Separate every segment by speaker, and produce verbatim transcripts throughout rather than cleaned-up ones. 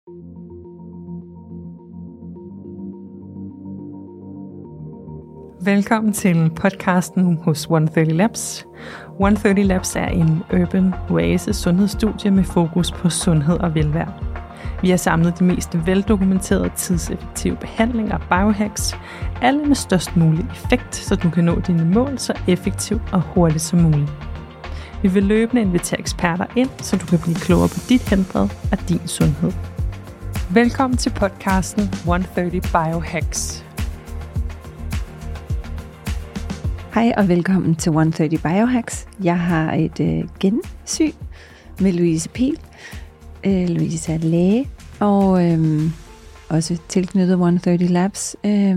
Speaker 1: Velkommen til podcasten hos et hundrede og tredive Labs. et hundrede og tredive Labs er en urban oasis sundhedsstudie med fokus på sundhed og velvære. Vi har samlet de mest veldokumenterede tidseffektive behandlinger og biohacks, alle med størst mulig effekt, så du kan nå dine mål så effektivt og hurtigt som muligt. Vi vil løbende invitere eksperter ind, så du kan blive klogere på dit helbred og din sundhed. Velkommen til podcasten et hundrede og tredive Biohacks.
Speaker 2: Hej og velkommen til et hundrede og tredive Biohacks. Jeg har et øh, gensyn med Louise Pihl. Øh, Louise er læge og øh, også tilknyttet et hundrede og tredive Labs. Øh,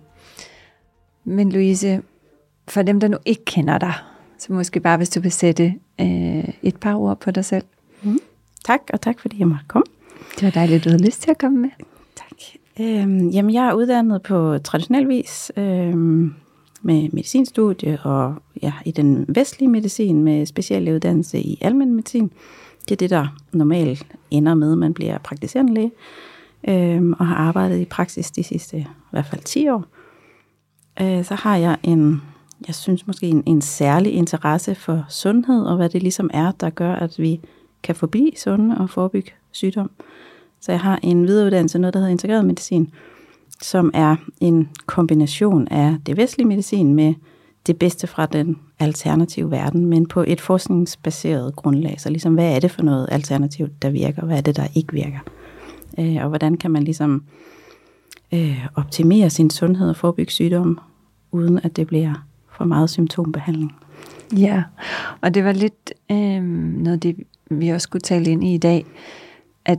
Speaker 2: men Louise, for dem der nu ikke kender dig, så måske bare hvis du vil sætte øh, et par ord på dig selv.
Speaker 3: Mm. Tak, og tak fordi jeg måtte komme.
Speaker 2: Det var dejligt, du havde lyst til at komme med.
Speaker 3: Tak. Øhm, jamen jeg er uddannet på traditionel vis øhm, med medicinstudie og ja, i den vestlige medicin med specialuddannelse i almen medicin. Det er det, der normalt ender med, at man bliver praktiserende læge, øhm, og har arbejdet i praksis de sidste i hvert fald ti år. Øh, så har jeg en, jeg synes måske en, en særlig interesse for sundhed, og hvad det ligesom er, der gør, at vi kan forblive sunde og forebygge sygdom. Så jeg har en videreuddannelse, noget der hedder integreret medicin, som er en kombination af det vestlige medicin med det bedste fra den alternative verden, men på et forskningsbaseret grundlag. Så ligesom, hvad er det for noget alternativt, der virker, og hvad er det, der ikke virker? Øh, og hvordan kan man ligesom øh, optimere sin sundhed og forebygge sygdom, uden at det bliver for meget symptombehandling?
Speaker 2: Ja, og det var lidt øh, noget, det vi også skulle tale ind i i dag, at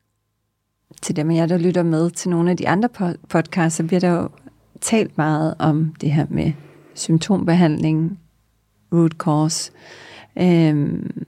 Speaker 2: til dem af jer, der lytter med til nogle af de andre podcasts, så bliver der jo talt meget om det her med symptombehandling, root cause, øhm,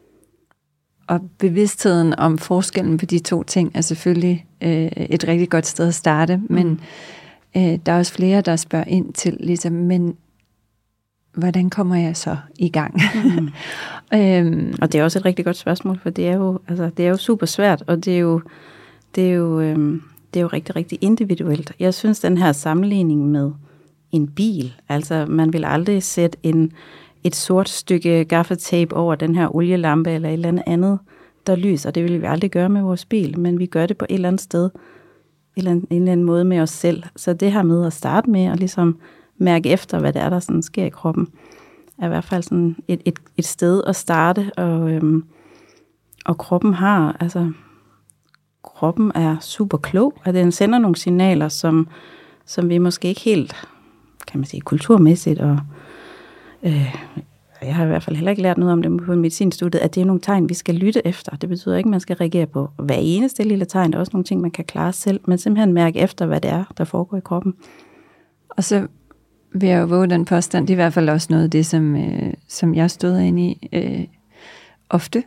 Speaker 2: og bevidstheden om forskellen på de to ting er selvfølgelig øh, et rigtig godt sted at starte, mm. men øh, der er også flere, der spørger ind til, ligesom, men hvordan kommer jeg så i gang? Mm. øhm,
Speaker 3: og det er også et rigtig godt spørgsmål, for det er jo, altså, det er jo super svært, og det er jo, det er jo, øhm, det er jo rigtig, rigtig individuelt. Jeg synes, den her sammenligning med en bil, altså man vil aldrig sætte en, et sort stykke gaffatape over den her olielampe eller et eller andet andet, der lyser. Det vil vi aldrig gøre med vores bil, men vi gør det på et eller andet sted, en eller anden, en eller anden måde med os selv. Så det her med at starte med at ligesom mærke efter, hvad det er, der sådan sker i kroppen, er i hvert fald sådan et, et, et sted at starte, og, øhm, og kroppen har, altså kroppen er super klog, og den sender nogle signaler, som, som vi måske ikke helt, kan man sige, kulturmæssigt, og øh, jeg har i hvert fald heller ikke lært noget om det på medicinstudiet, at det er nogle tegn, vi skal lytte efter. Det betyder ikke, at man skal reagere på hver eneste lille tegn. Der er også nogle ting, man kan klare selv, men simpelthen mærke efter, hvad det er, der foregår i kroppen.
Speaker 2: Og så vil jeg jo våge den påstand, det er i hvert fald også noget af det, som, øh, som jeg støder ind i øh, ofte.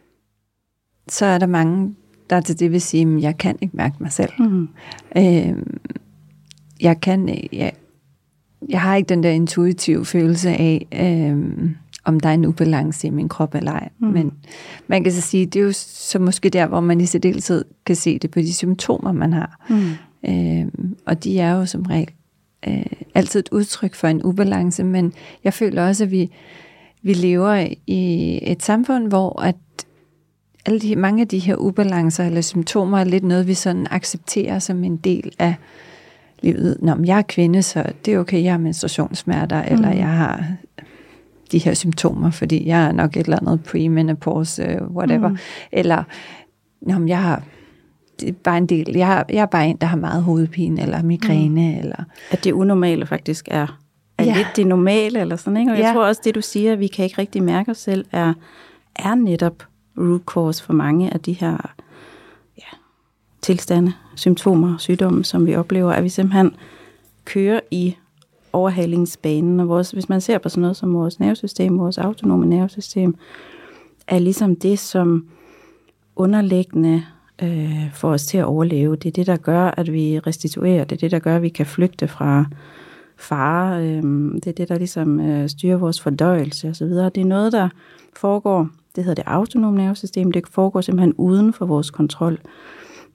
Speaker 2: Så er der mange, der til det vil sige, at jeg kan ikke mærke mig selv. Mm. Øh, jeg kan, jeg, jeg har ikke den der intuitive følelse af, øh, om der er en ubalance i min krop eller ej. Mm. Men man kan så sige, det er jo så måske der, hvor man i særdeleshed kan se det på de symptomer, man har. Mm. Øh, og de er jo som regel øh, altid et udtryk for en ubalance, men jeg føler også, at vi, vi lever i et samfund, hvor at alle de, mange af de her ubalancer eller symptomer er lidt noget, vi sådan accepterer som en del af livet. Nå, men jeg er kvinde, så det er okay, jeg har menstruationssmerter, mm. eller jeg har de her symptomer, fordi jeg er nok et eller andet premenopause, whatever. Mm. Eller, nå, men jeg har det er bare en del. Jeg, jeg er bare en, der har meget hovedpine, eller migræne, mm. eller...
Speaker 3: At det unormale faktisk er, er ja. lidt det normale, eller sådan, ikke? Og jeg ja. tror også, det du siger, vi kan ikke rigtig mærke os selv, er, er netop root cause for mange af de her ja, tilstande, symptomer, sygdomme, som vi oplever, at vi simpelthen kører i overhalingsbanen. Og vores, hvis man ser på sådan noget som vores nervesystem, vores autonome nervesystem, er ligesom det, som underliggende øh, får os til at overleve. Det er det, der gør, at vi restituerer. Det er det, der gør, at vi kan flygte fra fare. Øh, det er det, der ligesom øh, styrer vores fordøjelse osv. Det er noget, der foregår, det hedder det autonome nervesystem, det foregår simpelthen uden for vores kontrol.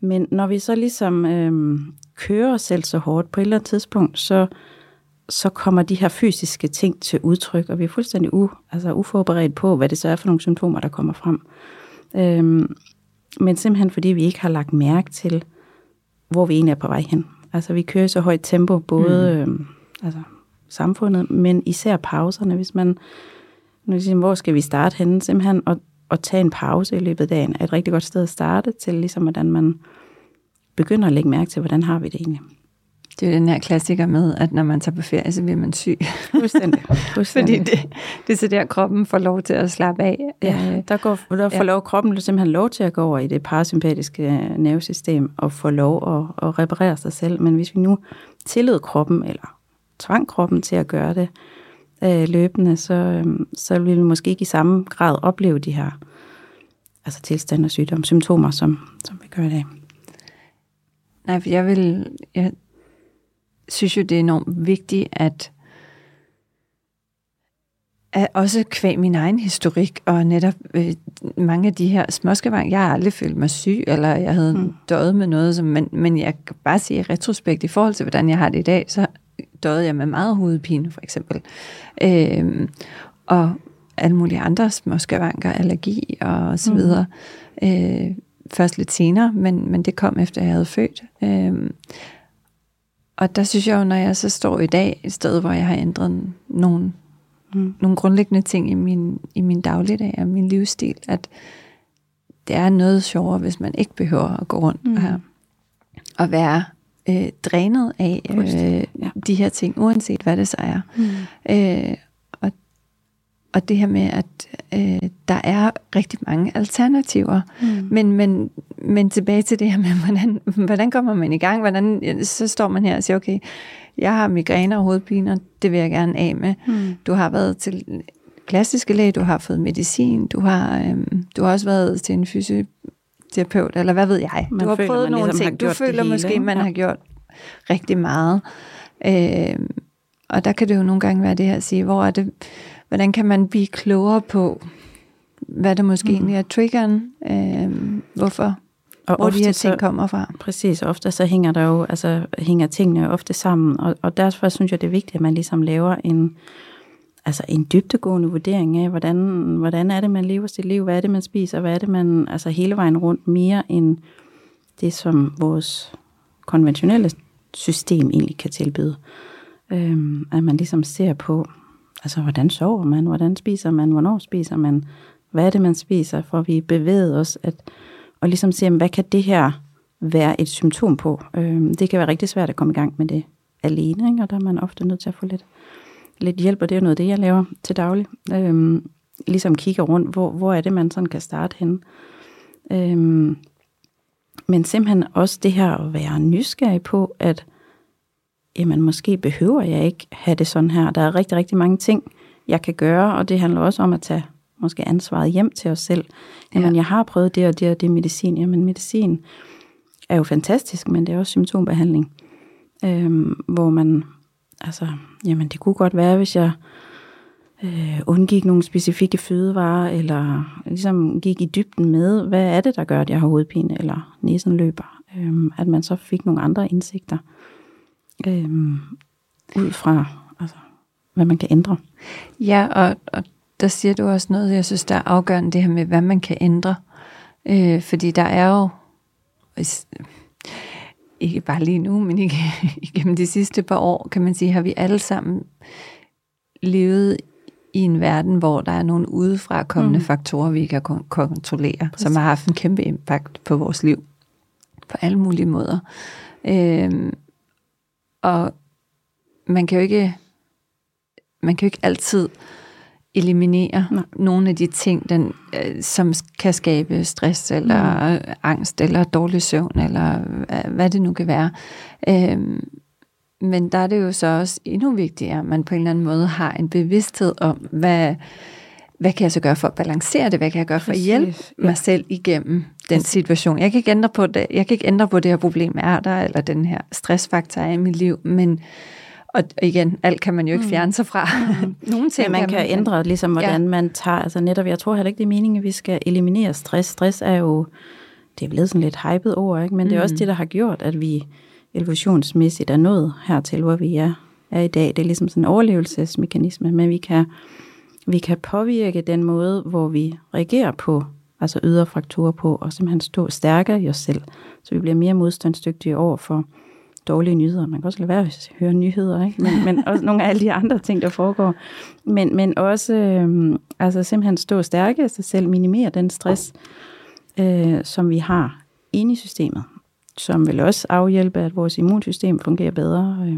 Speaker 3: Men når vi så ligesom øh, kører os selv så hårdt på et eller andet tidspunkt, så, så kommer de her fysiske ting til udtryk, og vi er fuldstændig u, altså uforberedt på, hvad det så er for nogle symptomer, der kommer frem. Øh, men simpelthen fordi vi ikke har lagt mærke til, hvor vi egentlig er på vej hen. Altså vi kører så højt tempo, både mm. øh, altså, samfundet, men især pauserne. Hvis man, nu siger, hvor skal vi starte henne? Simpelthen at, at tage en pause i løbet af dagen er et rigtig godt sted at starte til, ligesom hvordan man begynder at lægge mærke til, hvordan har vi det egentlig.
Speaker 2: Det er jo den her klassiker med, at når man tager på ferie, så bliver man syg.
Speaker 3: Fuldstændig. Fuldstændig.
Speaker 2: Fordi det, det er så der, kroppen får lov til at slappe af.
Speaker 3: Ja, der, går, der får ja. lov, kroppen simpelthen lov til at gå over i det parasympatiske nervesystem og få lov at, at reparere sig selv. Men hvis vi nu tillod kroppen, eller tvang kroppen til at gøre det øh, løbende, så, øh, så vil vi måske ikke i samme grad opleve de her altså tilstand og sygdom, symptomer, som, som vi gør i dag.
Speaker 2: Nej, for jeg vil... Jeg synes jo, det er enormt vigtigt, at, at også kvæg min egen historik, og netop øh, mange af de her småskavanker, jeg har aldrig følt mig syg, eller jeg havde mm. døjet med noget, som, men, men jeg kan bare sige i retrospekt, i forhold til, hvordan jeg har det i dag, så døjede jeg med meget hovedpine, for eksempel. Øh, og alle mulige andre småskavanker, allergi og så videre. Mm. Øh, først lidt senere, men, men det kom efter, jeg havde født. Øh, Og der synes jeg jo, når jeg så står i dag et sted, hvor jeg har ændret nogle, mm. nogle grundlæggende ting i min, i min dagligdag og min livsstil, at det er noget sjovere, hvis man ikke behøver at gå rundt mm. og, og være øh, drænet af øh, ja. de her ting, uanset hvad det så er. Mm. Øh, og, og det her med, at øh, der er rigtig mange alternativer, mm. men, men, men tilbage til det her med, hvordan, hvordan kommer man i gang? Hvordan, så står man her og siger, okay, jeg har migræner og hovedpiner, det vil jeg gerne af med. Mm. Du har været til klassiske læge, du har fået medicin, du har, øhm, du har også været til en fysioterapeut, eller hvad ved jeg. Man du har føler, prøvet nogle ligesom ting. Du føler måske, hele. man ja. har gjort rigtig meget. Øh, og der kan det jo nogle gange være det her at sige, hvor er det, hvordan kan man blive klogere på, hvad der måske mm. egentlig er triggeren, øh, hvorfor, og hvor de her ting så, kommer fra.
Speaker 3: Præcis, ofte så hænger der jo, altså hænger tingene ofte sammen, og, og derfor synes jeg, det er vigtigt, at man ligesom laver en, altså en dybdegående vurdering af, hvordan, hvordan er det, man lever sit liv, hvad er det, man spiser, hvad er det, man, altså hele vejen rundt, mere end det, som vores konventionelle system egentlig kan tilbyde. Øhm, at man ligesom ser på, altså hvordan sover man, hvordan spiser man, hvornår spiser man, hvad er det, man spiser, for vi bevæger os, at, og ligesom se, hvad kan det her være et symptom på. Øhm, det kan være rigtig svært at komme i gang med det alene, ikke? Og der er man ofte nødt til at få lidt, lidt hjælp, og det er noget det, jeg laver til daglig. Øhm, ligesom kigger rundt, hvor, hvor er det, man sådan kan starte henne. Øhm, men simpelthen også det her at være nysgerrig på, at jamen måske behøver jeg ikke have det sådan her. Der er rigtig, rigtig mange ting, jeg kan gøre, og det handler også om at tage måske ansvaret hjem til os selv. Jamen, ja. jeg har prøvet det og det og det medicin. Jamen, medicin er jo fantastisk, men det er også symptombehandling. Øhm, hvor man, altså, jamen det kunne godt være, hvis jeg øh, undgik nogle specifikke fødevarer, eller ligesom gik i dybden med, hvad er det, der gør, at jeg har hovedpine, eller næsen løber. Øhm, at man så fik nogle andre indsigter. Øhm, ud fra altså, hvad man kan ændre.
Speaker 2: Ja, og, og der siger du også noget, jeg synes, der er afgørende, det her med, hvad man kan ændre. Øh, fordi der er jo, ikke bare lige nu, men ikke, igennem de sidste par år, kan man sige, har vi alle sammen levet i en verden, hvor der er nogle udefra kommende mm. faktorer, vi kan kontrollere, Præcis. som har haft en kæmpe impact på vores liv. På alle mulige måder. Øh, Og man kan jo ikke, man kan jo ikke altid eliminere Nej. nogle af de ting, den, øh, som kan skabe stress, eller mm. angst, eller dårlig søvn, eller hvad det nu kan være. Øhm, men der er det jo så også endnu vigtigere, at man på en eller anden måde har en bevidsthed om, hvad, hvad kan jeg så gøre for at balancere det? Hvad kan jeg gøre for at hjælpe ja. mig selv igennem den situation? Jeg kan ikke ændre på det. Jeg kan ikke ændre på det her problem er der, eller den her stressfaktor er i mit liv, men og igen, alt kan man jo ikke fjerne sig fra. Mm. Nogle ting
Speaker 3: ja, man kan, kan man ændre, ligesom hvordan ja. man tager, altså netop, jeg tror heller ikke, det er meningen, at vi skal eliminere stress. Stress er jo det er blevet sådan lidt hypet ord, ikke? Men mm. det er også det, der har gjort, at vi evolutionsmæssigt er nået hertil, hvor vi er, er i dag. Det er ligesom sådan en overlevelsesmekanisme, men vi kan, vi kan påvirke den måde, hvor vi reagerer på, altså ydre faktorer på, og simpelthen stå stærkere i os selv, så vi bliver mere modstandsdygtige over for dårlige nyheder. Man kan også lade være at høre nyheder, ikke? Men, men også nogle af alle de andre ting, der foregår. Men, men også øh, altså simpelthen stå stærkere i sig selv, minimere den stress, øh, som vi har inde i systemet, som vil også afhjælpe, at vores immunsystem fungerer bedre. Øh,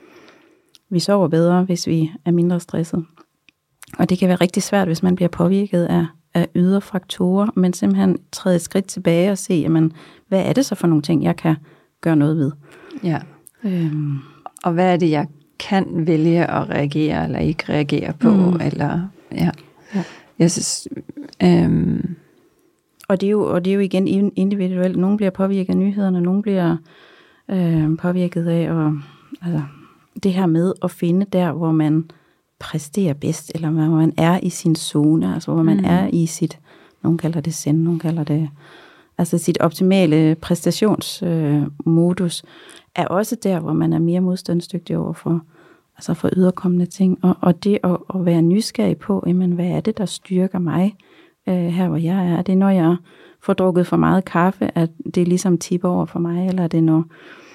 Speaker 3: vi sover bedre, hvis vi er mindre stresset. Og det kan være rigtig svært, hvis man bliver påvirket af, af ydre faktorer, men simpelthen træde et skridt tilbage og se, jamen, hvad er det så for nogle ting, jeg kan gøre noget ved.
Speaker 2: Ja. Øhm. Og hvad er det, jeg kan vælge at reagere eller ikke reagere på? Mm. Eller, ja. Ja. Jeg synes, øhm.
Speaker 3: og, det er jo, og det er jo igen individuelt. Nogle bliver påvirket af nyhederne, nogle bliver øh, påvirket af og, altså, det her med at finde der, hvor man præsterer bedst, eller hvor man er i sin zone, altså hvor man mm. er i sit, nogen kalder det zen, nogen kalder det altså sit optimale præstationsmodus, øh, er også der, hvor man er mere modstandsdygtig over for, altså for yderkommende ting. Og, og det at, at være nysgerrig på, jamen, hvad er det, der styrker mig øh, her, hvor jeg er? Er det, når jeg får drukket for meget kaffe, at det ligesom tipper over for mig, eller er det, når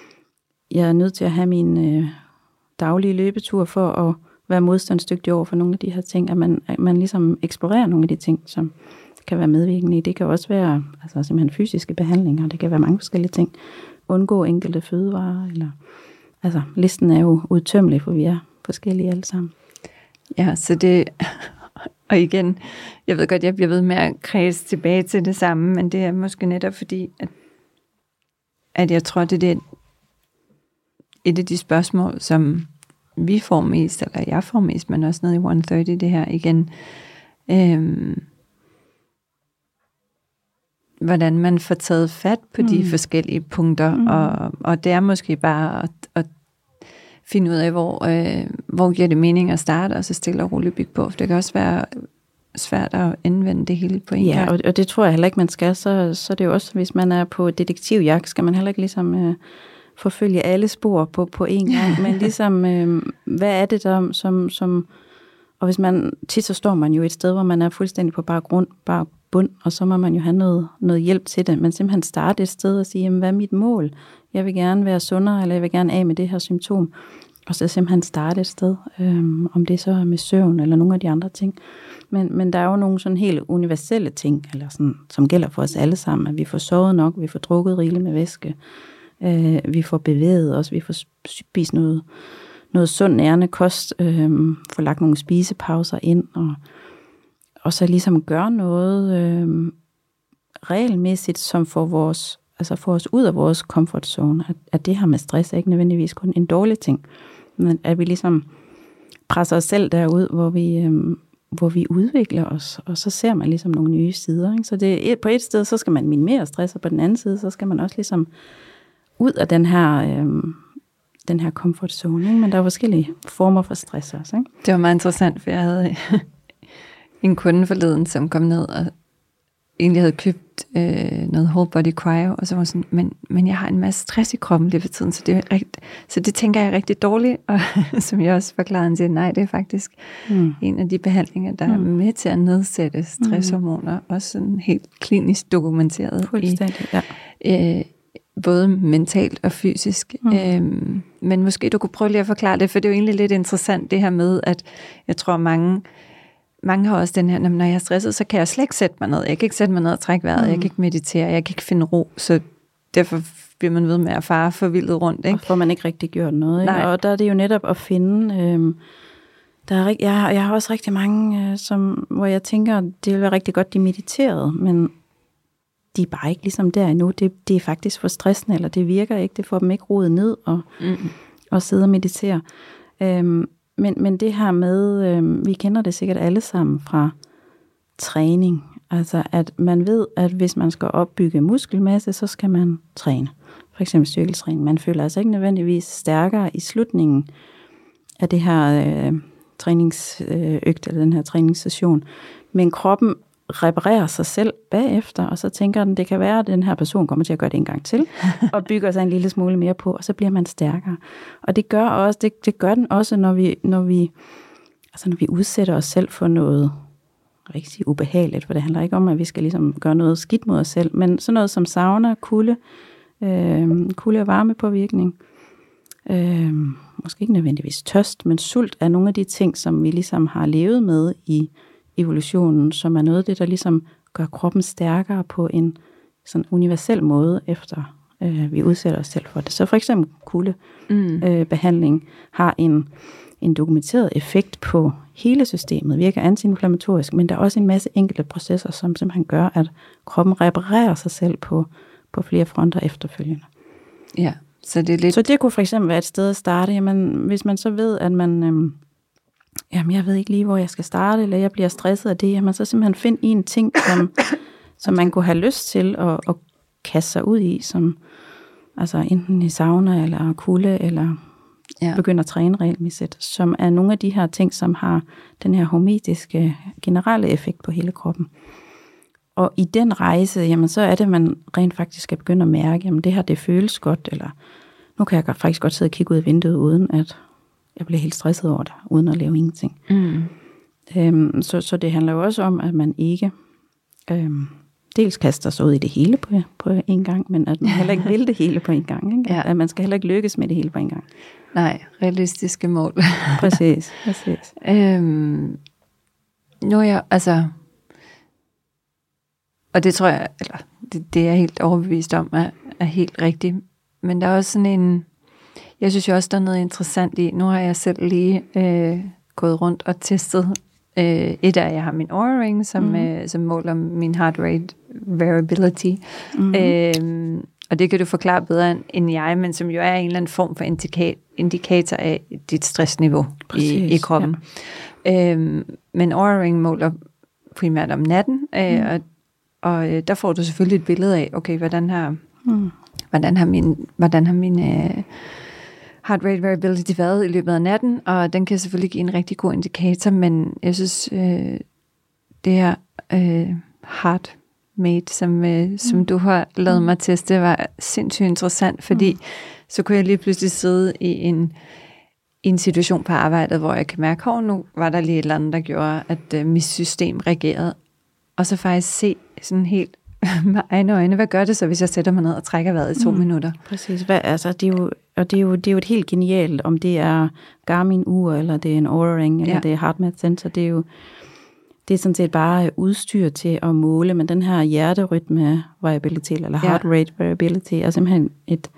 Speaker 3: jeg er nødt til at have min øh, daglige løbetur for at være modstandsdygtig over for nogle af de her ting, at man, at man ligesom eksplorerer nogle af de ting, som kan være medvirkende i. Det kan også være altså simpelthen fysiske behandlinger, det kan være mange forskellige ting. Undgå enkelte fødevarer, eller altså listen er jo udtømmelig, for vi er forskellige alle sammen.
Speaker 2: Ja, så det, og igen, jeg ved godt, jeg bliver ved med at kredse tilbage til det samme, men det er måske netop fordi, at, at jeg tror, det er et af de spørgsmål, som vi får mest, eller jeg får mest, men også nede i et hundrede og tretti, det her igen, øhm, hvordan man får taget fat på mm. de forskellige punkter, mm. og, og det er måske bare at, at finde ud af, hvor, øh, hvor giver det mening at starte, og så stille og roligt bygge på, for det kan også være svært at indvende det hele på en
Speaker 3: ja,
Speaker 2: gang.
Speaker 3: Ja, og, og det tror jeg heller ikke, man skal, så, så det er jo også, hvis man er på detektivjagt, skal man heller ikke ligesom øh, forfølge alle spor på, på én gang, men ligesom, øh, hvad er det der, som, som, og hvis man, tit så står man jo et sted, hvor man er fuldstændig på bare grund, bare bund, og så må man jo have noget, noget hjælp til det, men simpelthen starte et sted og sige, jamen, hvad er mit mål? Jeg vil gerne være sundere, eller jeg vil gerne af med det her symptom, og så simpelthen starte et sted, øhm, om det så er med søvn, eller nogle af de andre ting. Men, men der er jo nogle sådan helt universelle ting, eller sådan, som gælder for os alle sammen, at vi får sovet nok, vi får drukket rigeligt med væske, øh, vi får bevæget os, vi får spist noget, noget sund nærende kost, øh, får lagt nogle spisepauser ind, og og så ligesom gøre noget øh, regelmæssigt, som får vores, altså får os ud af vores comfort zone. At, at det her med stress er ikke nødvendigvis kun en dårlig ting, men at vi ligesom presser os selv derud, hvor vi, øh, hvor vi udvikler os, og så ser man ligesom nogle nye sider. Ikke? Så det er, på et sted, så skal man minimere stress, og på den anden side, så skal man også ligesom ud af den her, øh, den her comfort zone. Ikke? Men der er forskellige former for stress også. Ikke?
Speaker 2: Det var meget interessant, for jeg havde en kunde forleden, som kom ned og egentlig havde købt øh, noget whole body cryo, og så var sådan, men, men jeg har en masse stress i kroppen lige for tiden, så det, er rigt, så det tænker jeg er rigtig dårligt, og som jeg også forklarede til, nej, det er faktisk mm. en af de behandlinger, der mm. er med til at nedsætte stresshormoner, mm. også sådan helt klinisk dokumenteret.
Speaker 3: Fuldstændig, ja.
Speaker 2: Øh, både mentalt og fysisk. Mm. Øhm, men måske du kunne prøve lige at forklare det, for det er jo egentlig lidt interessant det her med, at jeg tror mange Mange har også den her, når jeg er stresset, så kan jeg slet ikke sætte mig ned. Jeg kan ikke sætte mig ned og trække vejret. Mm. Jeg kan ikke meditere. Jeg kan ikke finde ro. Så derfor bliver man ved med at fare forvildet rundt. Ikke?
Speaker 3: Og får man ikke rigtig gjort noget. Ikke? Og der er det jo netop at finde. Øh, der er, jeg, har, jeg har også rigtig mange, øh, som, hvor jeg tænker, det vil være rigtig godt, de mediterede. Men de er bare ikke ligesom der endnu. Det, det er faktisk for stressende, eller det virker ikke. Det får dem ikke rodet ned og, mm. og sidde og meditere. Øh, Men, men det her med, øh, vi kender det sikkert alle sammen fra træning. Altså at man ved, at hvis man skal opbygge muskelmasse, så skal man træne. For eksempel styrketræning. Man føler altså ikke nødvendigvis stærkere i slutningen af det her øh, træningsøgt, eller den her træningssession. Men kroppen reparerer sig selv bagefter, og så tænker den, det kan være, at den her person kommer til at gøre det en gang til, og bygger sig en lille smule mere på, og så bliver man stærkere. Og det gør også, det, det gør den også, når vi, når vi, altså når vi udsætter os selv for noget rigtig ubehageligt, for det handler ikke om, at vi skal ligesom gøre noget skidt mod os selv, men sådan noget som sauna, kulde, øh, kulde og varmepåvirkning, øh, måske ikke nødvendigvis tørst, men sult er nogle af de ting, som vi ligesom har levet med i evolutionen, som er noget af det, der ligesom gør kroppen stærkere på en sådan universel måde, efter øh, vi udsætter os selv for det. Så for eksempel kuldebehandling mm. øh, har en, en dokumenteret effekt på hele systemet, virker antiinflammatorisk, men der er også en masse enkelte processer, som simpelthen gør, at kroppen reparerer sig selv på, på flere fronter efterfølgende.
Speaker 2: Ja, så det er lidt...
Speaker 3: Så det kunne for eksempel være et sted at starte. Jamen, hvis man så ved, at man... Øh, jamen, jeg ved ikke lige, hvor jeg skal starte, eller jeg bliver stresset af det, jamen, så simpelthen find en ting, som, som man kunne have lyst til at, at kaste sig ud i, som altså enten i sauna, eller kulde, eller ja. begynde at træne regelmæssigt, som er nogle af de her ting, som har den her hormetiske generelle effekt på hele kroppen. Og i den rejse, jamen, så er det, man rent faktisk skal begynde at mærke, jamen, det her, det føles godt, eller nu kan jeg faktisk godt sidde og kigge ud af vinduet, uden at jeg bliver helt stresset over det, uden at lave ingenting. Mm. Øhm, så, så det handler jo også om, at man ikke øhm, dels kaster sig ud i det hele på, på en gang, men at man heller ikke vil det hele på en gang. Ikke? Ja. At man skal heller ikke lykkes med det hele på en gang.
Speaker 2: Nej, realistiske mål.
Speaker 3: præcis, præcis.
Speaker 2: Øhm, nu er jeg, altså, og det tror jeg, eller det, det er jeg helt overbevist om, er, er helt rigtigt. Men der er også sådan en, jeg synes jo også, der er noget interessant i, nu har jeg selv lige øh, gået rundt og testet, øh, et af, jeg har min Oura Ring, som, mm. øh, som måler min heart rate variability, mm. øh, og det kan du forklare bedre end jeg, men som jo er en eller anden form for indika- indikator af dit stressniveau i, i kroppen. Ja. Øh, men Oura Ring måler primært om natten, øh, mm. og, og øh, der får du selvfølgelig et billede af, okay, hvordan har, mm. hvordan har min, hvordan har min øh, heart rate variability været i løbet af natten, og den kan selvfølgelig give en rigtig god indikator, men jeg synes, øh, det her øh, heart mate, som, øh, som mm. du har lavet mig teste, var sindssygt interessant, fordi mm. så kunne jeg lige pludselig sidde i en, i en situation på arbejdet, hvor jeg kan mærke, at nu var der lige et eller andet, der gjorde, at øh, mit system reagerede, og så faktisk se sådan helt med egne øjne, hvad gør det så, hvis jeg sætter mig ned og trækker vejret i to mm. minutter?
Speaker 3: Præcis, hvad, altså, det er jo, og det er, jo, det er jo et helt genialt, om det er Garmin-ur, eller det er en Oura Ring, eller ja. det er HeartMath Sensor, det er jo det er sådan set bare udstyr til at måle, men den her hjerterytme variabilitet, eller heart rate variability, er simpelthen et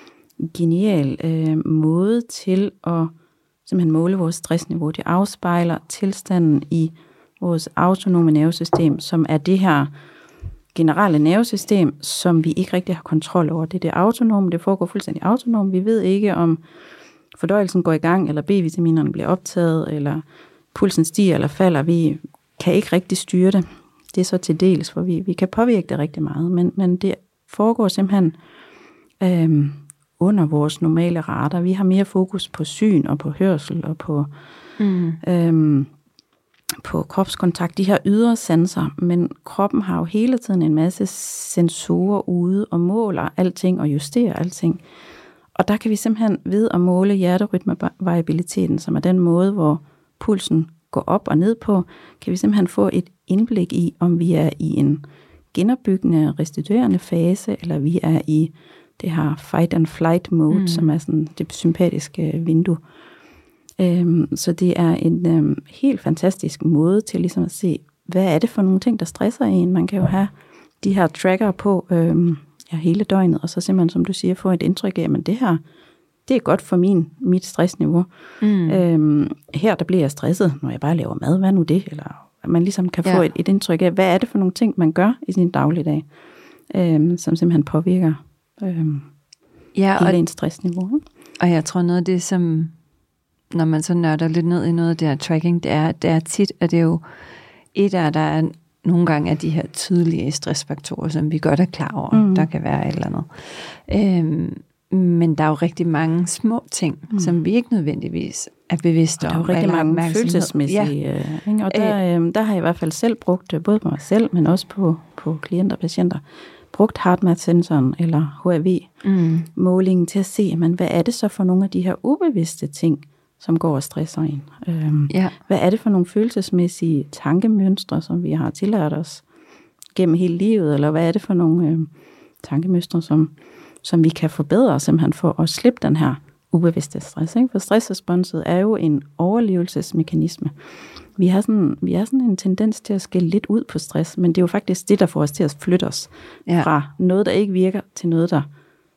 Speaker 3: genial øh, måde til at simpelthen måle vores stressniveau. Det afspejler tilstanden i vores autonome nervesystem, som er det her generelle nervesystem, som vi ikke rigtig har kontrol over. Det er det autonome, det foregår fuldstændig autonom. Vi ved ikke, om fordøjelsen går i gang, eller B-vitaminerne bliver optaget, eller pulsen stiger eller falder. Vi kan ikke rigtig styre det. Det er så til dels, for vi, vi kan påvirke det rigtig meget, men, men det foregår simpelthen øhm, under vores normale radar. Vi har mere fokus på syn og på hørsel og på, mm. øhm, på kropskontakt, de her ydre sanser, men kroppen har jo hele tiden en masse sensorer ude og måler alting og justerer alting. Og der kan vi simpelthen ved at måle hjerterytmevariabiliteten, som er den måde, hvor pulsen går op og ned på, kan vi simpelthen få et indblik i, om vi er i en genopbyggende, restituerende fase, eller vi er i det her fight and flight mode, mm. som er sådan det sympatiske vindue. Øhm, så det er en øhm, helt fantastisk måde til ligesom at se, hvad er det for nogle ting, der stresser en. Man kan jo have de her tracker på øhm, ja, hele døgnet, og så simpelthen, som du siger, få et indtryk af, at det her, det er godt for min, mit stressniveau. Mm. Øhm, her der bliver jeg stresset, når jeg bare laver mad, hvad nu det? Eller at man ligesom kan ja. få et, et indtryk af, hvad er det for nogle ting, man gør i sin dagligdag, øhm, som simpelthen påvirker øhm, ja, hele ens stressniveau.
Speaker 2: Og jeg tror noget af det, som når man så nørder lidt ned i noget af det her tracking, det er, det er tit, at det er jo et af, der er nogle gange af de her tydelige stressfaktorer, som vi godt er klar over, mm. der kan være et eller andet. Øhm, Men der er jo rigtig mange små ting, mm. som vi ikke nødvendigvis er bevidste om.
Speaker 3: Der er jo rigtig mange følelsesmæssige. Ja. Øh, og der, øh, der har jeg i hvert fald selv brugt, både på mig selv, men også på, på klienter og patienter, brugt HeartMath-sensoren eller H R V-målingen mm. til at se, men hvad er det så for nogle af de her ubevidste ting, som går og stresser en? Øhm,
Speaker 2: ja.
Speaker 3: Hvad er det for nogle følelsesmæssige tankemønstre, som vi har tillært os gennem hele livet, eller hvad er det for nogle øh, tankemønstre, som, som vi kan forbedre simpelthen for at slippe den her ubevidste stress, ikke? For stressresponset er jo en overlevelsesmekanisme. Vi har, sådan, vi har sådan en tendens til at skille lidt ud på stress, men det er jo faktisk det, der får os til at flytte os ja. fra noget, der ikke virker, til noget, der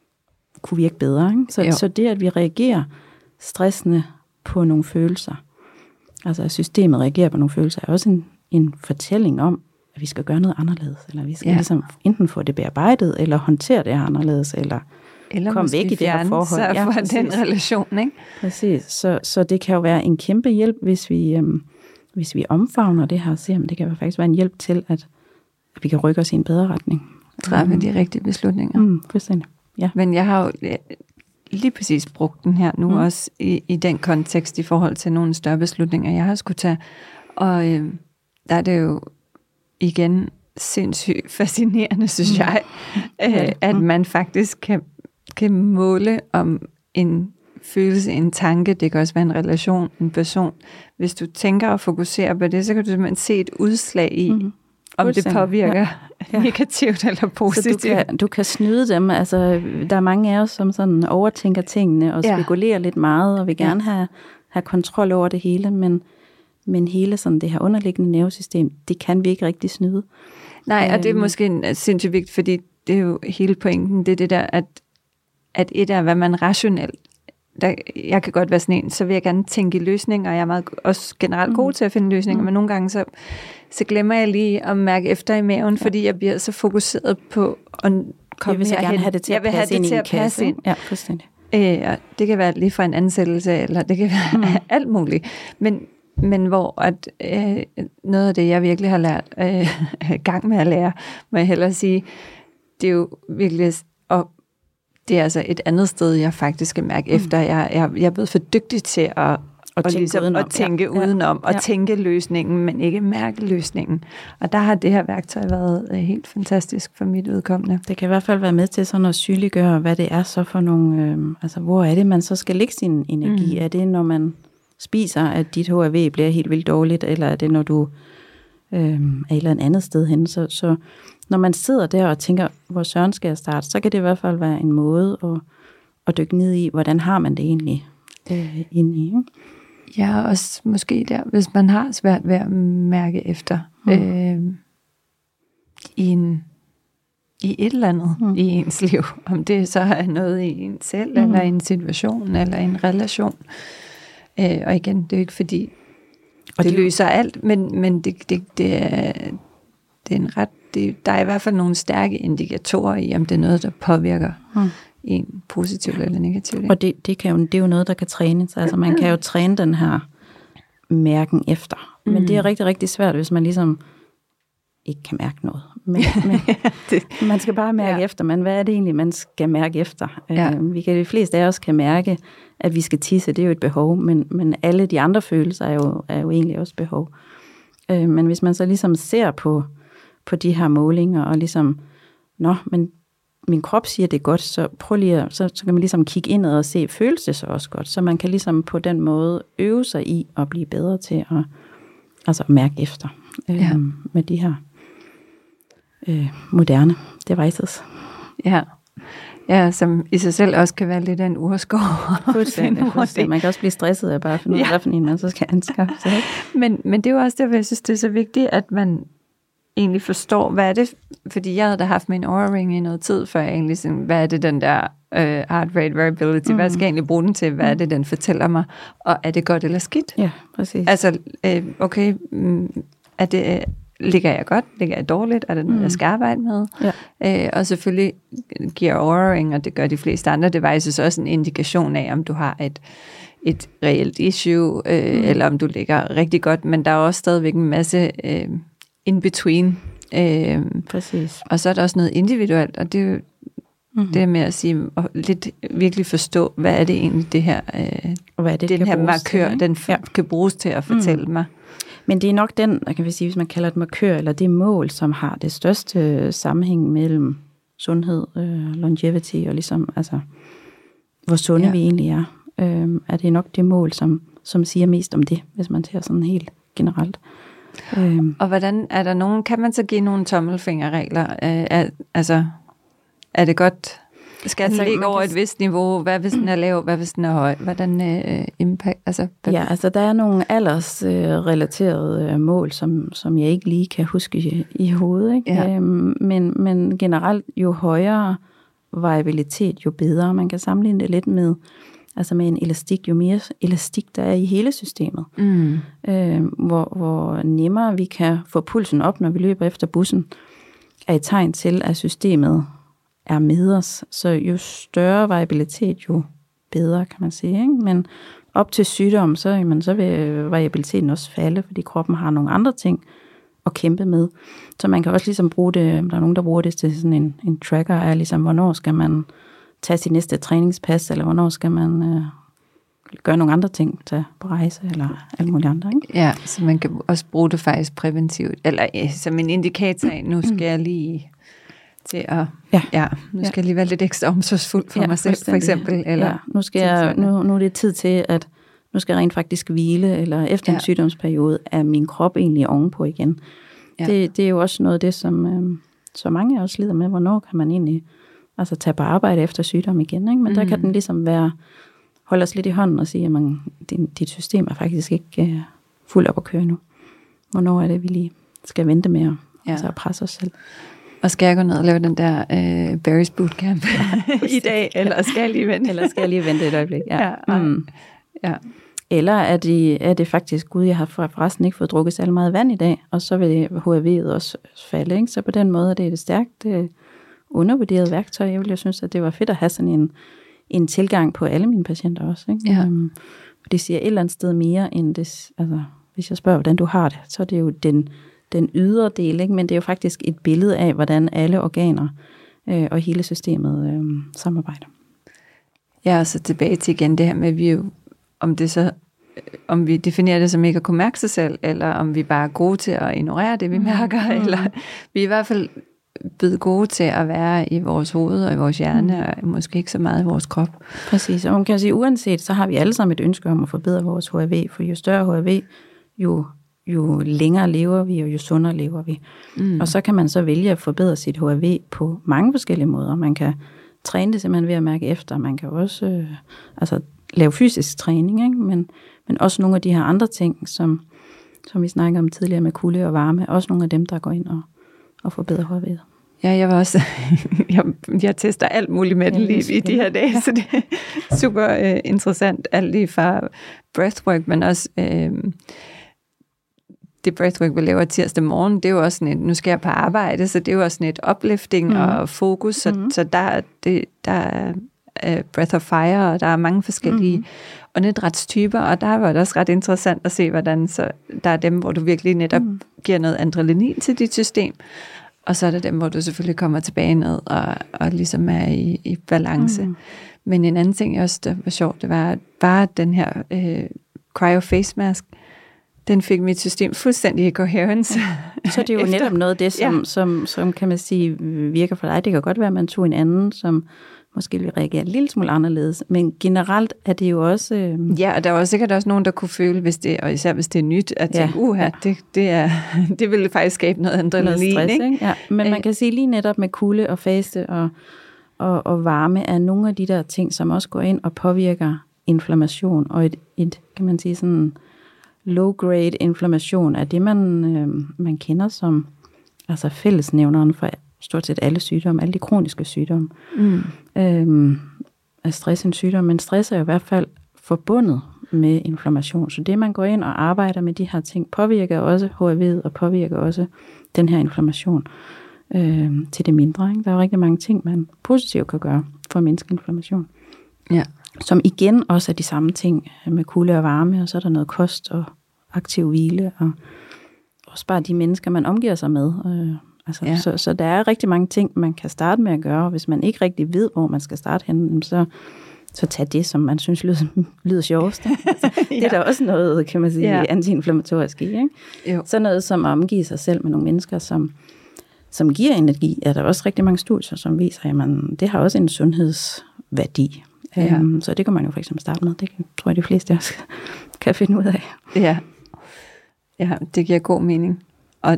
Speaker 3: kunne virke bedre. Ikke? Så, så det, at vi reagerer stressende på nogle følelser, altså at systemet reagerer på nogle følelser, er også en, en fortælling om, at vi skal gøre noget anderledes, eller vi skal ja. ligesom enten få det bearbejdet, eller håndtere det her anderledes, eller
Speaker 2: Eller
Speaker 3: kom væk i det her forhold.
Speaker 2: Ja, fra den relation, ikke?
Speaker 3: Præcis. Så, så det kan jo være en kæmpe hjælp, hvis vi, øhm, hvis vi omfavner det her og ser, om det kan jo faktisk være en hjælp til, at, at vi kan rykke os i en bedre retning.
Speaker 2: Træffe de rigtige beslutninger.
Speaker 3: Mm, fuldstændig. Ja.
Speaker 2: Men jeg har jo lige præcis brugt den her nu mm. også i, i den kontekst i forhold til nogle større beslutninger, jeg har skulle tage. Og øh, der er det jo igen sindssygt fascinerende, synes jeg, mm. øh, at man faktisk kan kan måle om en følelse, en tanke, det kan også være en relation, en person. Hvis du tænker og fokuserer på det, så kan du simpelthen se et udslag i, mm-hmm. om det påvirker ja. Ja. negativt eller positivt.
Speaker 3: Så du kan, du kan snyde dem. Altså, der er mange af os, som sådan overtænker tingene og spekulerer ja. lidt meget, og vil gerne ja. have, have kontrol over det hele, men, men hele sådan det her underliggende nervesystem, det kan vi ikke rigtig snyde.
Speaker 2: Nej, og det er måske en sindssygt vigtigt, fordi det er jo hele pointen, det er det der, at at et er, hvad man rationelt, der, jeg kan godt være sådan en, så vil jeg gerne tænke i løsninger, og jeg er meget, også generelt god mm. til at finde løsninger, mm. men nogle gange så, så glemmer jeg lige at mærke efter i maven, ja. fordi jeg bliver så fokuseret på at komme
Speaker 3: jeg vil så gerne
Speaker 2: hen.
Speaker 3: have det til
Speaker 2: jeg
Speaker 3: at
Speaker 2: vil
Speaker 3: passe
Speaker 2: have
Speaker 3: ind
Speaker 2: det til
Speaker 3: i
Speaker 2: at passe ind.
Speaker 3: Ja, fuldstændig.
Speaker 2: Øh, og det kan være lige fra en ansættelse, eller det kan være mm. alt muligt, men men hvor at, øh, noget af det, jeg virkelig har lært, øh, gang med at lære, må jeg hellere sige, det er jo virkelig at det er altså et andet sted, jeg faktisk skal mærke mm. efter. Jeg, jeg, jeg er blevet for dygtig til at,
Speaker 3: og
Speaker 2: at,
Speaker 3: tænke,
Speaker 2: ligesom,
Speaker 3: udenom.
Speaker 2: at tænke
Speaker 3: ja.
Speaker 2: udenom, og
Speaker 3: ja.
Speaker 2: tænke løsningen, men ikke mærke løsningen. Og der har det her værktøj været helt fantastisk for mit udkommende.
Speaker 3: Det kan i hvert fald være med til sådan at synliggøre, hvad det er så for nogle, øh, altså hvor er det, man så skal lægge sin energi? Mm. Er det, når man spiser, at dit H R V bliver helt vildt dårligt, eller er det, når du øh, er et eller andet sted hen? Så, så når man sidder der og tænker, hvor søren skal jeg starte, så kan det i hvert fald være en måde at, at dykke ned i, hvordan har man det egentlig øh, inde i. Ikke?
Speaker 2: Ja, også måske der, hvis man har svært ved at mærke efter mm. øh, i, en, i et eller andet mm. i ens liv, om det så er noget i en selv, mm. eller i en situation, eller i en relation. Øh, og igen, det er jo ikke fordi, og det, det løser alt, men, men det, det, det, er, det er en ret Det, der er i hvert fald nogle stærke indikatorer i, om det er noget, der påvirker hmm. en positivt eller negativt.
Speaker 3: Og det, det, kan jo, det er jo noget, der kan trænes. Altså man kan jo træne den her mærken efter. Men mm. det er rigtig, rigtig svært, hvis man ligesom ikke kan mærke noget. Men, men det, man skal bare mærke ja. efter. Men hvad er det egentlig, man skal mærke efter? Ja. Uh, vi kan, de fleste af os kan mærke, at vi skal tisse. Det er jo et behov. Men, men alle de andre følelser er jo, er jo egentlig også behov. Uh, men hvis man så ligesom ser på på de her målinger, og ligesom, nå, men min krop siger det godt, så prøv lige at, så, så kan man ligesom kigge indad og se, føles det så også godt, så man kan ligesom på den måde øve sig i at blive bedre til at, altså mærke efter øh, ja. med de her øh, moderne devices.
Speaker 2: Ja. Ja, som i sig selv også kan være lidt af en urskov.
Speaker 3: Fuldstændig, fuldstændig. Man kan også blive stresset af bare at finde ud af, hvad for en man så skal anskaffe sig.
Speaker 2: Men, men det er jo også derfor, jeg synes, det er så vigtigt, at man egentlig forstår, hvad er det, fordi jeg havde da haft min Oura Ring i noget tid, før jeg egentlig sådan, hvad er det den der uh, heart rate variability, mm. hvad skal jeg egentlig bruge den til, hvad er det, den fortæller mig, og er det godt eller skidt?
Speaker 3: Ja, præcis.
Speaker 2: Altså, øh, okay, er det, øh, ligger jeg godt, ligger jeg dårligt, er det noget, mm. jeg skal arbejde med? Ja. Øh, og selvfølgelig giver Oura Ring, og det gør de fleste andre devices, også en indikation af, om du har et et reelt issue, øh, mm. eller om du ligger rigtig godt, men der er også stadigvæk en masse øh, in between. Øh,
Speaker 3: Præcis.
Speaker 2: og så er der også noget individuelt, og det er jo Mm-hmm. Det med at sige, og lidt virkelig forstå, hvad er det egentlig, det her, øh,
Speaker 3: og hvad er det,
Speaker 2: den her markør,
Speaker 3: til,
Speaker 2: den f- ja. kan bruges til at fortælle mm. mig.
Speaker 3: Men det er nok den, kan vi sige, hvis man kalder det markør, eller det mål, som har det største sammenhæng mellem sundhed, øh, longevity, og ligesom, altså, hvor sunde ja. vi egentlig er. Øh, er det nok det mål, som, som siger mest om det, hvis man ser sådan helt generelt.
Speaker 2: Øhm. Og hvordan er der nogen, kan man så give nogle tommelfingerregler? Øh, er, altså, er det godt, skal altså, den ligge over kan... et vist niveau? Hvad hvis den er lav, hvad hvis den er høj? Hvordan øh, impact? Altså, hvad...
Speaker 3: Ja, altså der er nogle aldersrelaterede øh, mål, som, som jeg ikke lige kan huske i, i hovedet. Ikke? Ja. Øhm, men, men generelt, jo højere variabilitet, jo bedre. Man kan sammenligne det lidt med altså med en elastik, jo mere elastik der er i hele systemet. Mm. Øh, hvor, hvor nemmere vi kan få pulsen op, når vi løber efter bussen, er et tegn til, at systemet er med os. Så jo større variabilitet, jo bedre, kan man sige. Ikke? Men op til sygdom, så, jamen, så vil variabiliteten også falde, fordi kroppen har nogle andre ting at kæmpe med. Så man kan også ligesom bruge det, der er nogen, der bruger det til sådan en, en tracker, er ligesom, hvornår skal man tage sit næste træningspas, eller hvornår skal man øh, gøre nogle andre ting, tage på rejse, eller alle mulige andre. Ikke?
Speaker 2: Ja, så man kan også bruge det faktisk præventivt, eller ja, som en indikator af, nu skal jeg lige til at, ja, ja nu skal ja. jeg lige være lidt ekstra omsorgsfuld for ja, mig selv, for eksempel. Eller
Speaker 3: ja, nu, skal jeg, nu, nu er det tid til, at nu skal jeg rent faktisk hvile, eller efter ja. en sygdomsperiode, er min krop egentlig ovenpå igen. Ja. Det, det er jo også noget af det, som, øh, så mange af os lider med, hvornår kan man egentlig altså tage på arbejde efter sygdom igen, ikke? Men mm. der kan den ligesom være, holde os lidt i hånden og sige, at man, din, dit system er faktisk ikke uh, fuldt op at køre nu. Hvornår er det, vi lige skal vente med at, ja. altså at presse os selv.
Speaker 2: Og skal jeg gå ned og lave den der uh, Barry's Bootcamp i dag, eller skal jeg lige vente?
Speaker 3: Eller skal jeg lige vente et øjeblik, ja.
Speaker 2: ja, mm. ja.
Speaker 3: Eller er det, er det faktisk, gud, jeg har forresten ikke fået drukket særlig meget vand i dag, og så vil H I V'et også falde, ikke? Så på den måde er det et stærkt det, undervurderet værktøj. Jeg ville jo synes, at det var fedt at have sådan en, en tilgang på alle mine patienter også. Ikke?
Speaker 2: Ja.
Speaker 3: Um, det siger et eller andet sted mere end det, altså hvis jeg spørger, hvordan du har det, så er det jo den, den ydre del, ikke? Men det er jo faktisk et billede af, hvordan alle organer øh, og hele systemet øh, samarbejder.
Speaker 2: Ja, og så tilbage til igen det her med, vi jo, om det så om vi definerer det som ikke at kunne mærke sig selv, eller om vi bare er gode til at ignorere det, vi mærker, mm. eller vi er i hvert fald blevet gode til at være i vores hoved og i vores hjerne, mm. og måske ikke så meget i vores krop.
Speaker 3: Præcis, og man kan sige, uanset, så har vi alle sammen et ønske om at forbedre vores H R V, for jo større H R V, jo, jo længere lever vi, og jo sundere lever vi. Mm. Og så kan man så vælge at forbedre sit H R V på mange forskellige måder. Man kan træne det simpelthen ved at mærke efter, man kan også øh, altså, lave fysisk træning, ikke? Men, men også nogle af de her andre ting, som, som vi snakker om tidligere med kulde og varme, også nogle af dem, der går ind og, og forbedrer H R V'et.
Speaker 2: Ja, jeg var også, jeg, jeg tester alt muligt med den lige i de her dage, så det er super øh, interessant, alt lige fra breathwork, men også øh, det breathwork, vi laver tirsdag morgen, det er jo også sådan et, nu skal jeg på arbejde, så det er jo også sådan et uplifting mm. og fokus, så, mm. så der, det, der er uh, breath of fire, og der er mange forskellige mm. åndedrætstyper, og der var det også ret interessant at se, hvordan så, der er dem, hvor du virkelig netop mm. giver noget adrenalin til dit system, og så er der dem, hvor du selvfølgelig kommer tilbage ned og, og ligesom er i, i balance. Mm. Men en anden ting også, der var sjovt, det var at bare den her øh, cryo face mask, den fik mit system fuldstændig i coherence.
Speaker 3: Ja. Så det er jo Efter, netop noget af det, som, ja. som, som kan man sige virker for dig. Det kan godt være, at man tog en anden, som måske vil reagere en lille smule anderledes, men generelt er det jo også... Øh...
Speaker 2: Ja, og der var sikkert også nogen, der kunne føle, hvis det, og især hvis det er nyt, at tænke, ja, uha, ja. det, det, er, det ville faktisk skabe noget adrenalin, stress, ikke?
Speaker 3: ikke? Ja, men man kan sige lige netop med kulde og faste og, og, og varme, er nogle af de der ting, som også går ind og påvirker inflammation, og et, et kan man sige sådan low-grade inflammation, er det, man, øh, man kender som altså fællesnævneren for stort set alle sygdomme, alle de kroniske sygdomme. Mm. Øhm, er stress en sygdom, men stress er jo i hvert fald forbundet med inflammation. Så det, man går ind og arbejder med de her ting, påvirker også H R V'et og påvirker også den her inflammation øhm, til det mindre. Ikke? Der er jo rigtig mange ting, man positivt kan gøre for at mindske inflammation.
Speaker 2: Ja.
Speaker 3: Som igen også er de samme ting med kulde og varme, og så er der noget kost og aktiv hvile, og også bare de mennesker, man omgiver sig med, øh, Altså,
Speaker 2: Ja.
Speaker 3: så, så der er rigtig mange ting, man kan starte med at gøre, og hvis man ikke rigtig ved, hvor man skal starte henne, så, så tag det, som man synes lyder, lyder sjovest. Altså, det er
Speaker 2: Ja.
Speaker 3: der også noget, kan man sige,
Speaker 2: Ja.
Speaker 3: antiinflammatorisk i. Ikke?
Speaker 2: Jo.
Speaker 3: Så noget som at omgive sig selv med nogle mennesker, som, som giver energi, er der også rigtig mange studier, som viser, at man, det har også en sundhedsværdi.
Speaker 2: Ja.
Speaker 3: Um, så det kan man jo for eksempel starte med. Det kan, tror jeg, de fleste også kan finde ud af.
Speaker 2: Ja. Ja, det giver god mening. Og,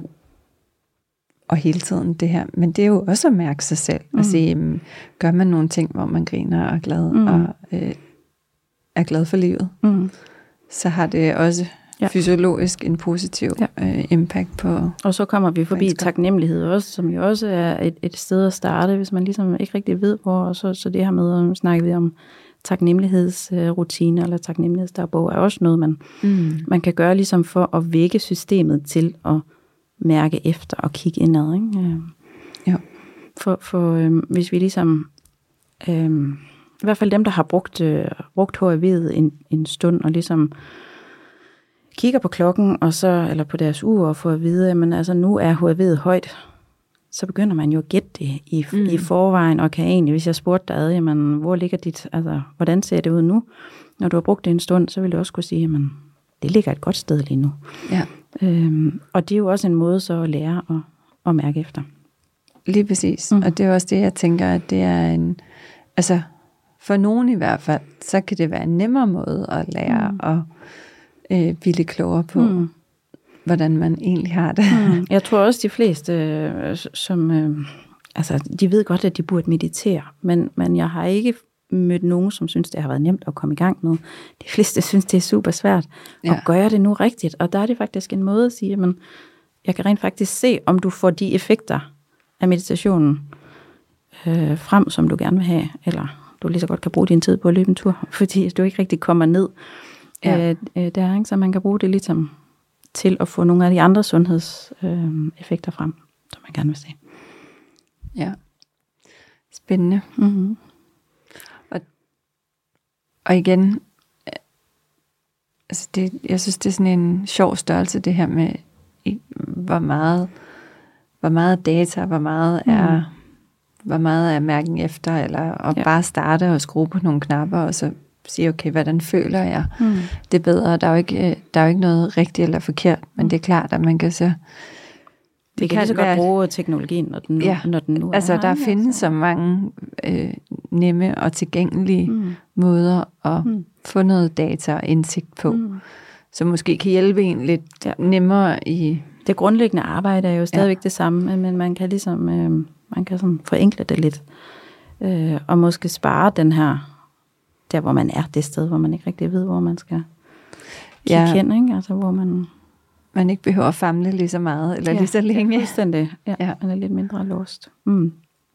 Speaker 2: og hele tiden det her. Men det er jo også at mærke sig selv. Mm. At sige, um, gør man nogle ting, hvor man griner og er glad, mm. og øh, er glad for livet,
Speaker 3: Mm.
Speaker 2: så har det også
Speaker 3: Ja.
Speaker 2: fysiologisk en positiv
Speaker 3: Ja.
Speaker 2: øh, impact på...
Speaker 3: Og så kommer vi forbi
Speaker 2: Mennesker.
Speaker 3: taknemmelighed også, som jo også er et, et sted at starte, hvis man ligesom ikke rigtig ved, hvor. Og så, så det her med, at snakke vi om taknemmelighedsrutine eller taknemmelighedsdagbog, er også noget, man,
Speaker 2: Mm. man
Speaker 3: man kan gøre ligesom for at vække systemet til at mærke efter og kigge indad. Ikke? Øh,
Speaker 2: Jo.
Speaker 3: For, for øh, hvis vi ligesom, øh, i hvert fald dem, der har brugt, øh, brugt H I V'et en, en stund, og ligesom kigger på klokken, og så, eller på deres ur, og får at vide, at altså, nu er H I V'et højt, så begynder man jo at gætte det i, mm. i forvejen, og kan egentlig, hvis jeg spurgte dig, jamen, hvor ligger dit, altså, hvordan ser det ud nu? Når du har brugt det en stund, så vil du også kunne sige, jamen, det ligger et godt sted lige nu.
Speaker 2: Ja,
Speaker 3: Øhm, og det er jo også en måde så at lære at, at mærke efter.
Speaker 2: lige præcis.
Speaker 3: Mm.
Speaker 2: Mm. Og det er også det, jeg tænker, at det er en... Altså, for nogen i hvert fald, så kan det være en nemmere måde at lære mm. at øh, blive lidt klogere på,
Speaker 3: Mm.
Speaker 2: hvordan man egentlig har det.
Speaker 3: Mm. Jeg tror også, de fleste, øh, som, øh, altså, de ved godt, at de burde meditere, men, men jeg har ikke mødt nogen, som synes, det har været nemt at komme i gang med. De fleste synes, det er super svært
Speaker 2: Ja.
Speaker 3: at gøre det nu rigtigt, og der er det faktisk en måde at sige, at jeg kan rent faktisk se, om du får de effekter af meditationen øh, frem, som du gerne vil have, eller du lige så godt kan bruge din tid på at løbe en tur, fordi du ikke rigtig kommer ned
Speaker 2: Ja.
Speaker 3: øh, øh, der, ikke? Så man kan bruge det ligesom til at få nogle af de andre sundhedseffekter øh, effekter frem, som man gerne vil se.
Speaker 2: Ja. Spændende.
Speaker 3: Mm-hmm.
Speaker 2: Og igen, øh, altså det, jeg synes, det er sådan en sjov størrelse, det her med, i- hvor meget, hvor meget data, hvor meget er, hvor meget er mærken efter, eller at
Speaker 3: Ja.
Speaker 2: bare starte og skrue på nogle knapper, og så sige, okay, hvordan føler jeg?
Speaker 3: Mm.
Speaker 2: Det er bedre. Der er jo ikke, øh, der er jo ikke noget rigtigt eller forkert, men det er klart, at man kan så...
Speaker 3: Vi kan lige så godt bruge teknologien, når den nu,
Speaker 2: Ja,
Speaker 3: når den nu
Speaker 2: altså
Speaker 3: er
Speaker 2: der
Speaker 3: her,
Speaker 2: findes
Speaker 3: altså.
Speaker 2: så mange øh, nemme og tilgængelige
Speaker 3: Mm.
Speaker 2: måder at
Speaker 3: Mm.
Speaker 2: få noget data og indsigt på,
Speaker 3: Mm.
Speaker 2: som måske kan hjælpe en lidt
Speaker 3: Ja.
Speaker 2: nemmere i...
Speaker 3: Det grundlæggende arbejde er jo stadigvæk ja. det samme, men man kan ligesom øh, man kan sådan forenkle det lidt, øh, og måske spare den her, der hvor man er, det sted, hvor man ikke rigtig ved, hvor man skal kigge
Speaker 2: Ja.
Speaker 3: hen, ikke? Altså hvor man...
Speaker 2: Man ikke behøver at famle lige så meget, eller ja, lige så længe.
Speaker 3: Ja, fuldstændig. Ja,
Speaker 2: Ja.
Speaker 3: ja. Man er lidt mindre låst. Mm.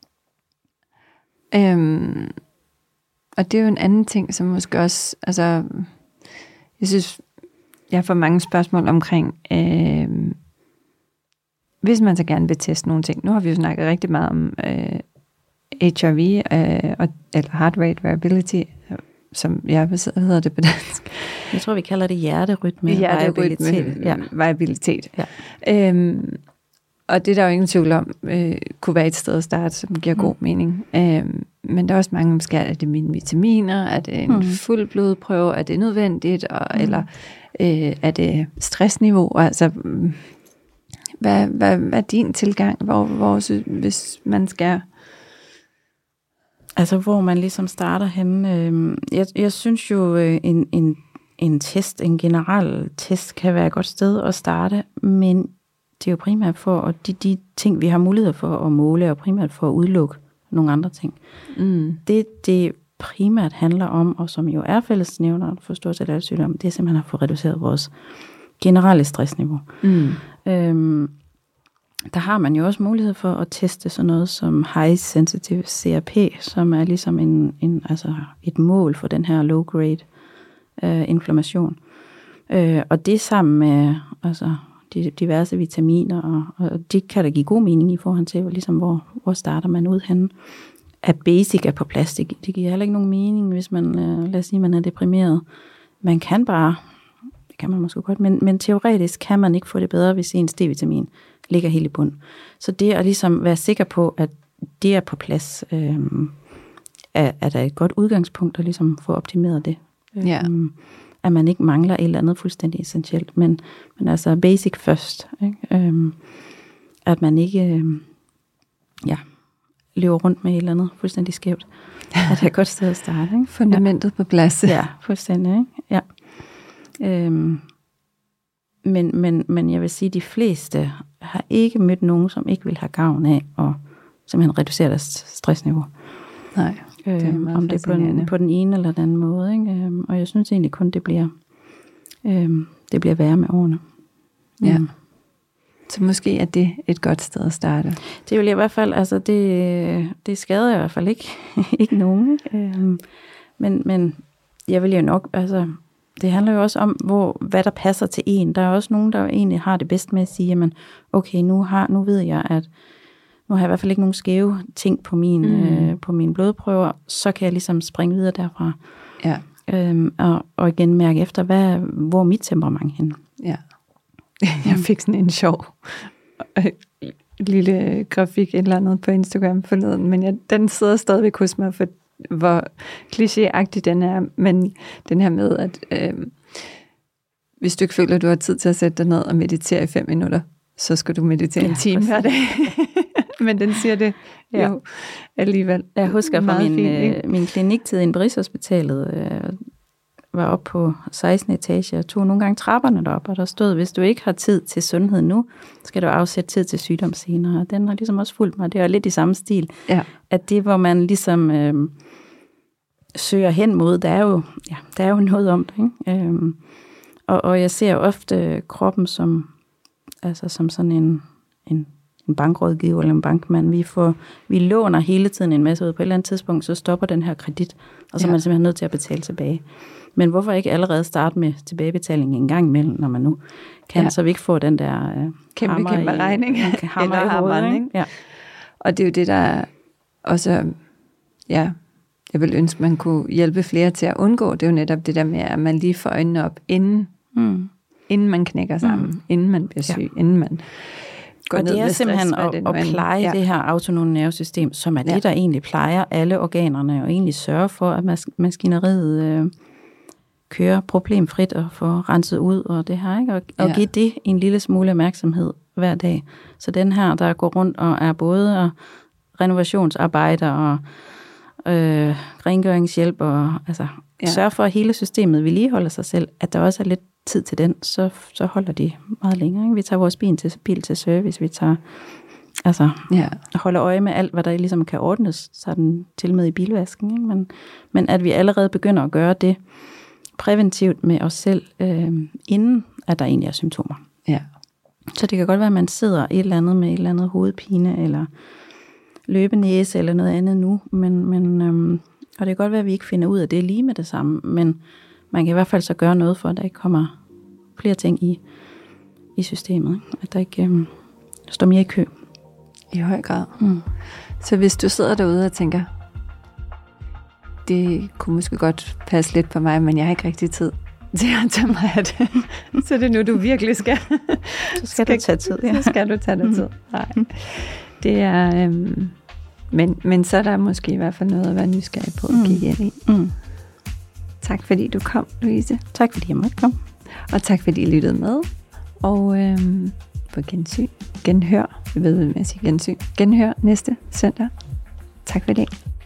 Speaker 2: Øhm, og det er jo en anden ting, som måske også, altså, jeg synes, jeg får mange spørgsmål omkring, øhm, hvis man så gerne vil teste nogle ting. Nu har vi jo snakket rigtig meget om øh, H R V, øh, og, eller Heart Rate Variability, som jeg hvad hedder det på dansk.
Speaker 3: Jeg tror, vi kalder det hjerterytme.
Speaker 2: Hjerterytme,
Speaker 3: variabilitet. Ja.
Speaker 2: variabilitet.
Speaker 3: Ja.
Speaker 2: Øhm, og det er der jo ingen tvivl om, øh, kunne være et sted at starte, som giver
Speaker 3: Mm.
Speaker 2: god mening. Øhm, men der er også mange, måske er det mine vitaminer, er det en
Speaker 3: Mm.
Speaker 2: fuld blodprøve, er det nødvendigt, og,
Speaker 3: Mm.
Speaker 2: eller øh, er det stressniveau? Altså, mm, hvad, hvad, hvad er din tilgang, hvor, hvor sy- hvis man skal...
Speaker 3: Altså, hvor man ligesom starter henne. Øh, jeg, jeg synes jo, øh, en, en, en test, en generel test, kan være et godt sted at starte, men det er jo primært for, at de, de ting, vi har mulighed for at måle, og primært for at udelukke nogle andre ting.
Speaker 2: Mm.
Speaker 3: Det, det primært handler om, og som jo er fællesnævner for stort set alle sygdomme, det er simpelthen at få reduceret vores generelle stressniveau.
Speaker 2: Mm.
Speaker 3: Øhm, der har man jo også mulighed for at teste sådan noget som high sensitive C R P, som er ligesom en, en, altså et mål for den her low grade øh, inflammation. Øh, og det sammen med altså, de diverse vitaminer, og, og det kan da give god mening i forhold til, ligesom, hvor, hvor starter man ud henne. At basic er på plads, det, det giver heller ikke nogen mening, hvis man, øh, lad os sige, man er deprimeret. Man kan bare, det kan man måske godt, men, men teoretisk kan man ikke få det bedre, hvis ens D-vitamin ligger helt i bund. Så det at ligesom være sikker på, at det er på plads, øh, er, er der et godt udgangspunkt at ligesom få optimeret det.
Speaker 2: Ja.
Speaker 3: Øh, at man ikke mangler et eller andet fuldstændig essentielt, men, men altså basic først. Ikke? Øh, at man ikke øh, ja, løber rundt med et eller andet fuldstændig skævt. At det er et godt sted at starte. Ikke?
Speaker 2: Fundamentet ja. på plads.
Speaker 3: Ja, fuldstændig. Ikke? Ja. Øhm, men, men, men jeg vil sige, at de fleste har ikke mødt nogen, som ikke vil have gavn af at simpelthen reducere deres stressniveau.
Speaker 2: Nej, det er
Speaker 3: øhm,
Speaker 2: meget
Speaker 3: om det er på den, på den ene eller den anden måde. Ikke? Øhm, og jeg synes egentlig kun, det bliver, øhm, det bliver værre med årene.
Speaker 2: Ja.
Speaker 3: Mm.
Speaker 2: Så måske er det et godt sted at starte.
Speaker 3: Det vil jeg i hvert fald, altså det, det skader i hvert fald ikke, ikke nogen. Ikke? Øhm, men, men jeg vil jo nok, altså det handler jo også om, hvor, hvad der passer til en. Der er også nogen, der egentlig har det bedst med at sige, jamen okay, nu, har, nu ved jeg, at nu har jeg i hvert fald ikke nogen skæve ting på, min, mm. øh, på mine blodprøver, så kan jeg ligesom springe videre derfra.
Speaker 2: Ja.
Speaker 3: Øhm, og, og igen mærke efter, hvad, hvor er mit temperament henne.
Speaker 2: Ja. Jeg fik sådan en sjov lille grafik, et eller andet på Instagram forleden, men jeg, den sidder stadigvæk hos mig, for hvor klichéagtig den er, men den her med, at øh, hvis du ikke føler, at du har tid til at sætte dig ned og meditere i fem minutter, så skal du meditere ja, en time hver dag. Men den siger det ja. jo alligevel.
Speaker 3: Jeg husker fra min,
Speaker 2: fint,
Speaker 3: øh, min kliniktid inde på Rigshospitalet, øh, var oppe på sekstende etage og tog nogle gange trapperne derop, og der stod, hvis du ikke har tid til sundhed nu, skal du afsætte tid til sygdom senere. Og den har ligesom også fulgt mig. Det er lidt i samme stil.
Speaker 2: Ja.
Speaker 3: At det, hvor man ligesom øh, søger hen mod, der er jo, ja, der er jo noget om det. Ikke? Øh, og, og jeg ser ofte kroppen som, altså som sådan en, en, en bankrådgiver eller en bankmand. Vi, får, vi låner hele tiden en masse ud. På et eller andet tidspunkt, så stopper den her kredit, og så ja. er man simpelthen nødt til at betale tilbage. Men hvorfor ikke allerede starte med tilbagebetaling en gang imellem, når man nu kan, ja. så vi ikke får den der øh,
Speaker 2: kæmpe,
Speaker 3: hammer
Speaker 2: kæmpe
Speaker 3: i,
Speaker 2: regning.
Speaker 3: hammer i hovedet, ikke? Ja.
Speaker 2: Og det er jo det, der også, ja, jeg vil ønske, man kunne hjælpe flere til at undgå. Det er jo netop det der med, at man lige får øjnene op, inden, mm. inden man knækker sammen, mm. inden man bliver syg, ja. inden man går
Speaker 3: og
Speaker 2: ned
Speaker 3: det er
Speaker 2: med
Speaker 3: simpelthen
Speaker 2: stress,
Speaker 3: at, at pleje ja. det her autonome nervesystem, som er ja. det, der egentlig plejer alle organerne, og egentlig sørger for, at mas- maskineriet øh, kører problemfrit og får renset ud, og det her, ikke? Og, og
Speaker 2: ja.
Speaker 3: give det en lille smule opmærksomhed hver dag. Så den her, der går rundt og er både renovationsarbejder og øh, rengøringshjælp, og altså ja. sørge for, at hele systemet vedligeholder sig selv, at der også er lidt tid til den, så, så holder de meget længere. Ikke? Vi tager vores bil til, bil til service, vi tager, altså,
Speaker 2: ja.
Speaker 3: holder øje med alt, hvad der ligesom kan ordnes, så den til med i bilvasken. Ikke? Men, men at vi allerede begynder at gøre det præventivt med os selv, øh, inden at der egentlig er symptomer.
Speaker 2: Ja.
Speaker 3: Så det kan godt være, at man sidder et eller andet med et eller andet hovedpine, eller løbenæse, eller noget andet nu, men, men øhm, og det kan godt være, at vi ikke finder ud af det lige med det samme, men man kan i hvert fald så gøre noget for, at der ikke kommer flere ting i, i systemet. Ikke? At der ikke øhm, står mere i kø.
Speaker 2: I høj grad.
Speaker 3: Mm.
Speaker 2: Så hvis du sidder derude og tænker, det kunne måske godt passe lidt på mig, men jeg har ikke rigtig tid til at tage mig af det. Så det er nu, du virkelig skal.
Speaker 3: Så skal, skal du tage tid. Ja.
Speaker 2: Så skal du tage dig tid. Nej. Det er, øhm, men, men så er der måske i hvert fald noget at være nysgerrig på at
Speaker 3: mm.
Speaker 2: kigge ind i.
Speaker 3: Mm.
Speaker 2: Tak fordi du kom, Louise.
Speaker 3: Tak fordi jeg måtte komme.
Speaker 2: Og tak fordi I lyttede med. Og øhm, på gensyn, genhør, jeg ved, hvad jeg siger, gensyn, genhør næste søndag. Tak for det.